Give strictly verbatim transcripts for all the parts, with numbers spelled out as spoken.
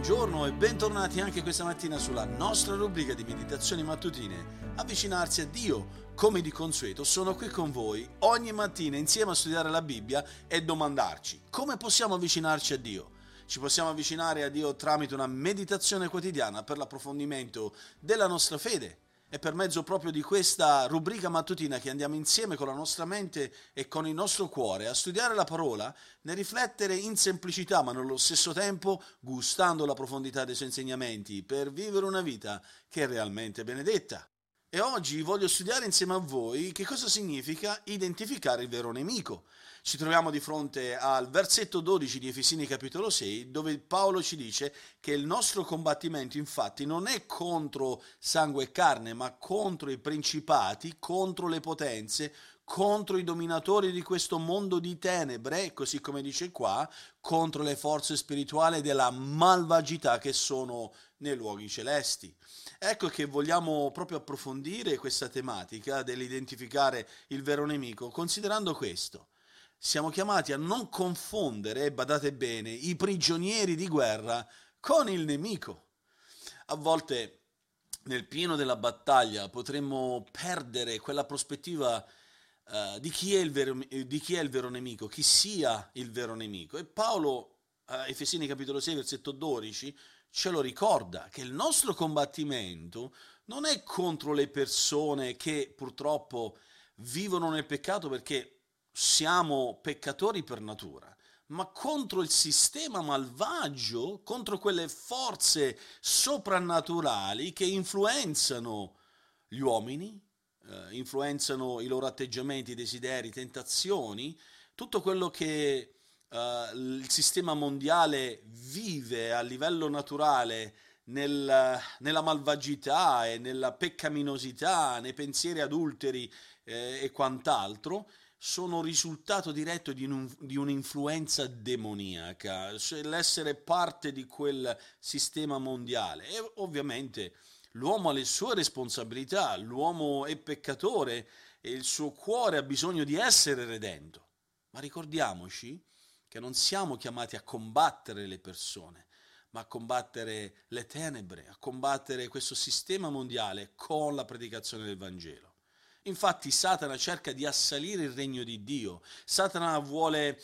buongiorno e bentornati anche questa mattina sulla nostra rubrica di meditazioni mattutine. Avvicinarsi a Dio, come di consueto, sono qui con voi ogni mattina insieme a studiare la Bibbia e domandarci come possiamo avvicinarci a Dio. Ci possiamo avvicinare a Dio tramite una meditazione quotidiana per l'approfondimento della nostra fede. È per mezzo proprio di questa rubrica mattutina che andiamo insieme con la nostra mente e con il nostro cuore a studiare la parola, nel riflettere in semplicità, ma nello stesso tempo gustando la profondità dei suoi insegnamenti, per vivere una vita che è realmente benedetta. E oggi voglio studiare insieme a voi che cosa significa identificare il vero nemico. Ci troviamo di fronte al versetto dodici di Efesini capitolo sei, dove Paolo ci dice che il nostro combattimento infatti non è contro sangue e carne, ma contro i principati, contro le potenze, contro i dominatori di questo mondo di tenebre, così come dice qua, contro le forze spirituali della malvagità che sono nei luoghi celesti. Ecco che vogliamo proprio approfondire questa tematica dell'identificare il vero nemico, considerando questo. Siamo chiamati a non confondere, badate bene, i prigionieri di guerra con il nemico. A volte, nel pieno della battaglia, potremmo perdere quella prospettiva uh, di, chi è il vero, di chi è il vero nemico, chi sia il vero nemico. E Paolo, a Efesini capitolo sei, versetto dodici, ce lo ricorda, che il nostro combattimento non è contro le persone che purtroppo vivono nel peccato perché siamo peccatori per natura, ma contro il sistema malvagio, contro quelle forze soprannaturali che influenzano gli uomini, eh, influenzano i loro atteggiamenti, desideri, tentazioni, tutto quello che eh, il sistema mondiale vive a livello naturale nel, nella malvagità e nella peccaminosità, nei pensieri adulteri eh, e quant'altro, sono risultato diretto di, un, di un'influenza demoniaca, cioè l'essere parte di quel sistema mondiale. E ovviamente l'uomo ha le sue responsabilità, l'uomo è peccatore e il suo cuore ha bisogno di essere redento. Ma ricordiamoci che non siamo chiamati a combattere le persone, ma a combattere le tenebre, a combattere questo sistema mondiale con la predicazione del Vangelo. Infatti Satana cerca di assalire il regno di Dio. Satana vuole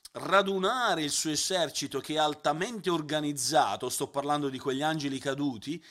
radunare il suo esercito che è altamente organizzato, sto parlando di quegli angeli caduti,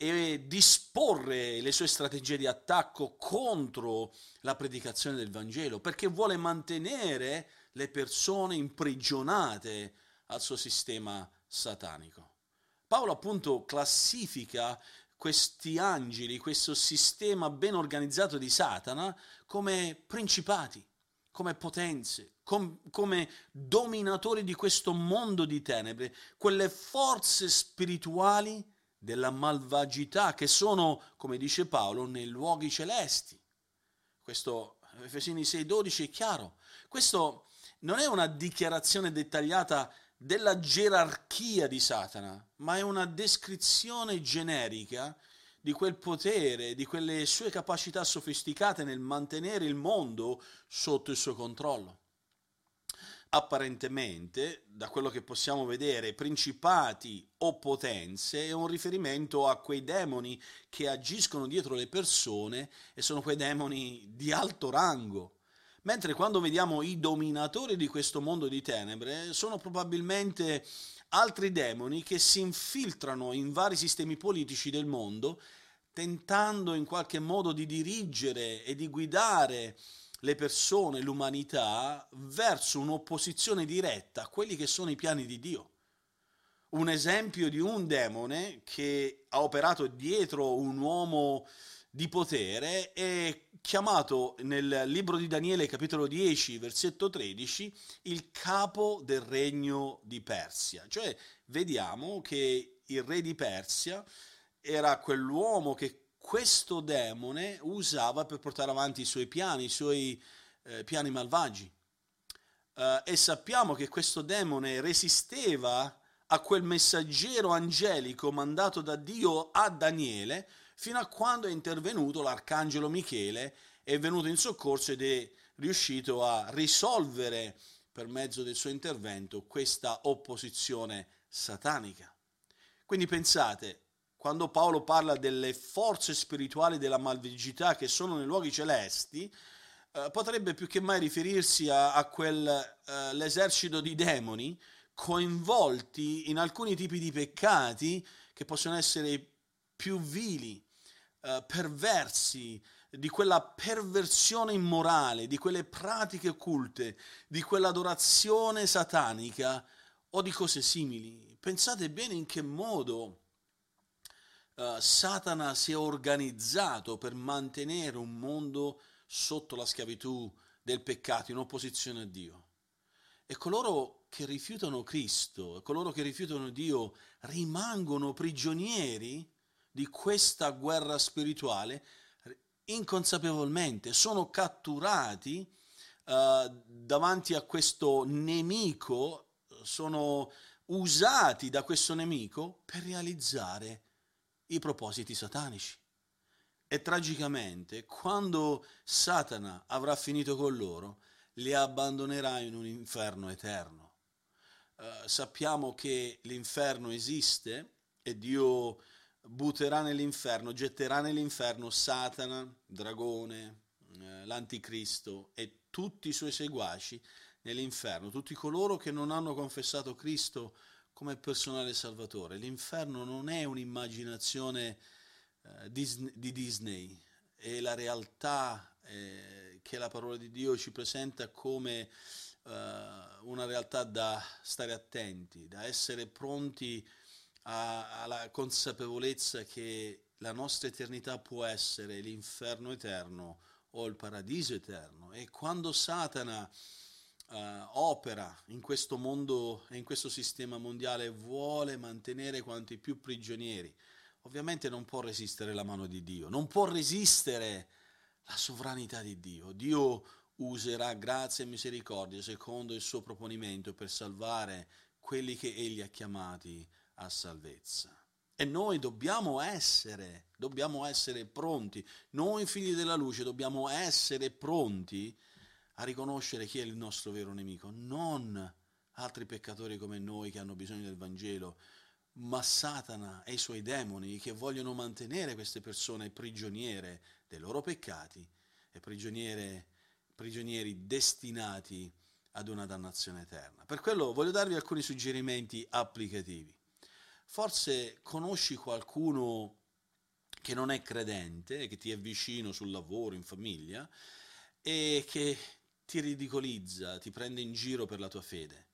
e disporre le sue strategie di attacco contro la predicazione del Vangelo, perché vuole mantenere le persone imprigionate al suo sistema satanico. Paolo appunto classifica questi angeli, questo sistema ben organizzato di Satana, come principati, come potenze, com- come dominatori di questo mondo di tenebre, quelle forze spirituali della malvagità che sono, come dice Paolo, nei luoghi celesti. Questo Efesini sei dodici è chiaro. Questo non è una dichiarazione dettagliata della gerarchia di Satana, ma è una descrizione generica di quel potere, di quelle sue capacità sofisticate nel mantenere il mondo sotto il suo controllo. Apparentemente, da quello che possiamo vedere, principati o potenze è un riferimento a quei demoni che agiscono dietro le persone e sono quei demoni di alto rango. Mentre quando vediamo i dominatori di questo mondo di tenebre, sono probabilmente altri demoni che si infiltrano in vari sistemi politici del mondo, tentando in qualche modo di dirigere e di guidare le persone, l'umanità, verso un'opposizione diretta a quelli che sono i piani di Dio. Un esempio di un demone che ha operato dietro un uomo di potere è chiamato nel libro di Daniele capitolo dieci versetto tredici il capo del regno di Persia. Cioè vediamo che il re di Persia era quell'uomo che questo demone usava per portare avanti i suoi piani, i suoi eh, piani malvagi. Uh, e sappiamo che questo demone resisteva a quel messaggero angelico mandato da Dio a Daniele, fino a quando è intervenuto l'arcangelo Michele, è venuto in soccorso ed è riuscito a risolvere per mezzo del suo intervento questa opposizione satanica. Quindi pensate, quando Paolo parla delle forze spirituali della malvagità che sono nei luoghi celesti, eh, potrebbe più che mai riferirsi a, a quell'esercito di demoni coinvolti in alcuni tipi di peccati che possono essere più vili, eh, perversi, di quella perversione immorale, di quelle pratiche occulte, di quell'adorazione satanica o di cose simili. Pensate bene in che modo Uh, Satana si è organizzato per mantenere un mondo sotto la schiavitù del peccato, in opposizione a Dio. E coloro che rifiutano Cristo, e coloro che rifiutano Dio, rimangono prigionieri di questa guerra spirituale inconsapevolmente, sono catturati uh, davanti a questo nemico, sono usati da questo nemico per realizzare i propositi satanici. E tragicamente, quando Satana avrà finito con loro, li abbandonerà in un inferno eterno. Uh, sappiamo che l'inferno esiste e Dio butterà nell'inferno, getterà nell'inferno Satana, dragone, eh, l'anticristo e tutti i suoi seguaci nell'inferno, tutti coloro che non hanno confessato Cristo come personale salvatore. L'inferno non è un'immaginazione eh, Disney, di Disney, è la realtà eh, che la parola di Dio ci presenta come eh, una realtà da stare attenti, da essere pronti a, alla consapevolezza che la nostra eternità può essere l'inferno eterno o il paradiso eterno. E quando Satana Uh, opera in questo mondo e in questo sistema mondiale, vuole mantenere quanti più prigionieri, ovviamente non può resistere la mano di Dio, non può resistere la sovranità di Dio. Dio userà grazia e misericordia secondo il suo proponimento per salvare quelli che Egli ha chiamati a salvezza. E noi dobbiamo essere, dobbiamo essere pronti, noi figli della luce dobbiamo essere pronti a riconoscere chi è il nostro vero nemico, non altri peccatori come noi che hanno bisogno del Vangelo, ma Satana e i suoi demoni che vogliono mantenere queste persone prigioniere dei loro peccati e prigioniere, prigionieri destinati ad una dannazione eterna. Per quello voglio darvi alcuni suggerimenti applicativi. Forse conosci qualcuno che non è credente, che ti è vicino sul lavoro, in famiglia, e che ti ridicolizza, ti prende in giro per la tua fede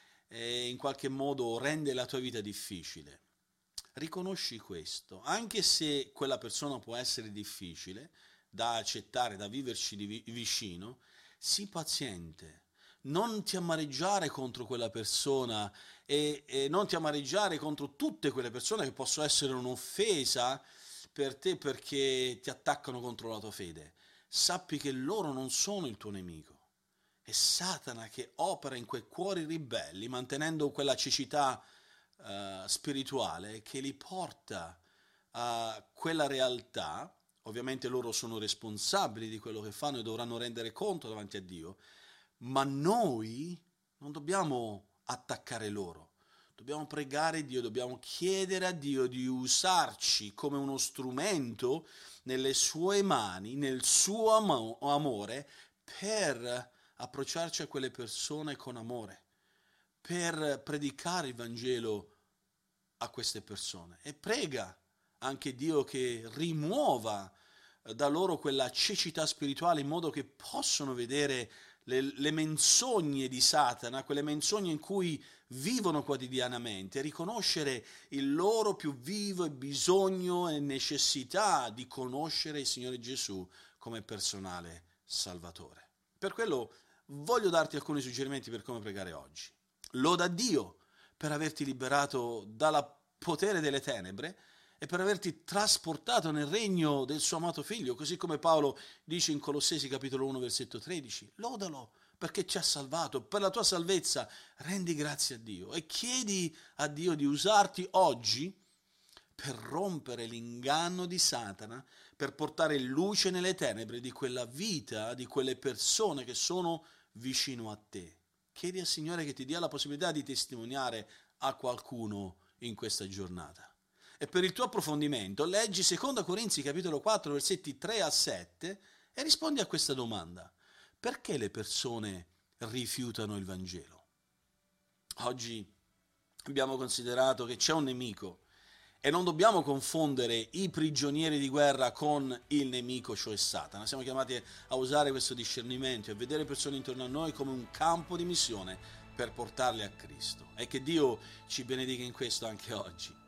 e in qualche modo rende la tua vita difficile. Riconosci questo, anche se quella persona può essere difficile da accettare, da viverci di vicino, sii paziente, non ti amareggiare contro quella persona e, e non ti amareggiare contro tutte quelle persone che possono essere un'offesa per te perché ti attaccano contro la tua fede. Sappi che loro non sono il tuo nemico. È Satana che opera in quei cuori ribelli, mantenendo quella cecità uh, spirituale che li porta a quella realtà. Ovviamente loro sono responsabili di quello che fanno e dovranno rendere conto davanti a Dio, ma noi non dobbiamo attaccare loro. Dobbiamo pregare Dio, dobbiamo chiedere a Dio di usarci come uno strumento nelle sue mani, nel suo am- amore, per approcciarci a quelle persone con amore, per predicare il Vangelo a queste persone. E prega anche Dio che rimuova da loro quella cecità spirituale in modo che possano vedere le, le menzogne di Satana, quelle menzogne in cui vivono quotidianamente, riconoscere il loro più vivo bisogno e necessità di conoscere il Signore Gesù come personale Salvatore. Per quello voglio darti alcuni suggerimenti per come pregare oggi. Loda Dio per averti liberato dal potere delle tenebre e per averti trasportato nel regno del suo amato Figlio, così come Paolo dice in Colossesi capitolo uno versetto tredici. Lodalo perché ci ha salvato, per la tua salvezza rendi grazie a Dio e chiedi a Dio di usarti oggi per rompere l'inganno di Satana, per portare luce nelle tenebre di quella vita, di quelle persone che sono vicino a te. Chiedi al Signore che ti dia la possibilità di testimoniare a qualcuno in questa giornata. E per il tuo approfondimento leggi seconda Corinzi capitolo quattro versetti tre a sette e rispondi a questa domanda: perché le persone rifiutano il Vangelo? Oggi abbiamo considerato che c'è un nemico e non dobbiamo confondere i prigionieri di guerra con il nemico, cioè Satana. Siamo chiamati a usare questo discernimento e a vedere persone intorno a noi come un campo di missione per portarle a Cristo. E che Dio ci benedica in questo anche oggi.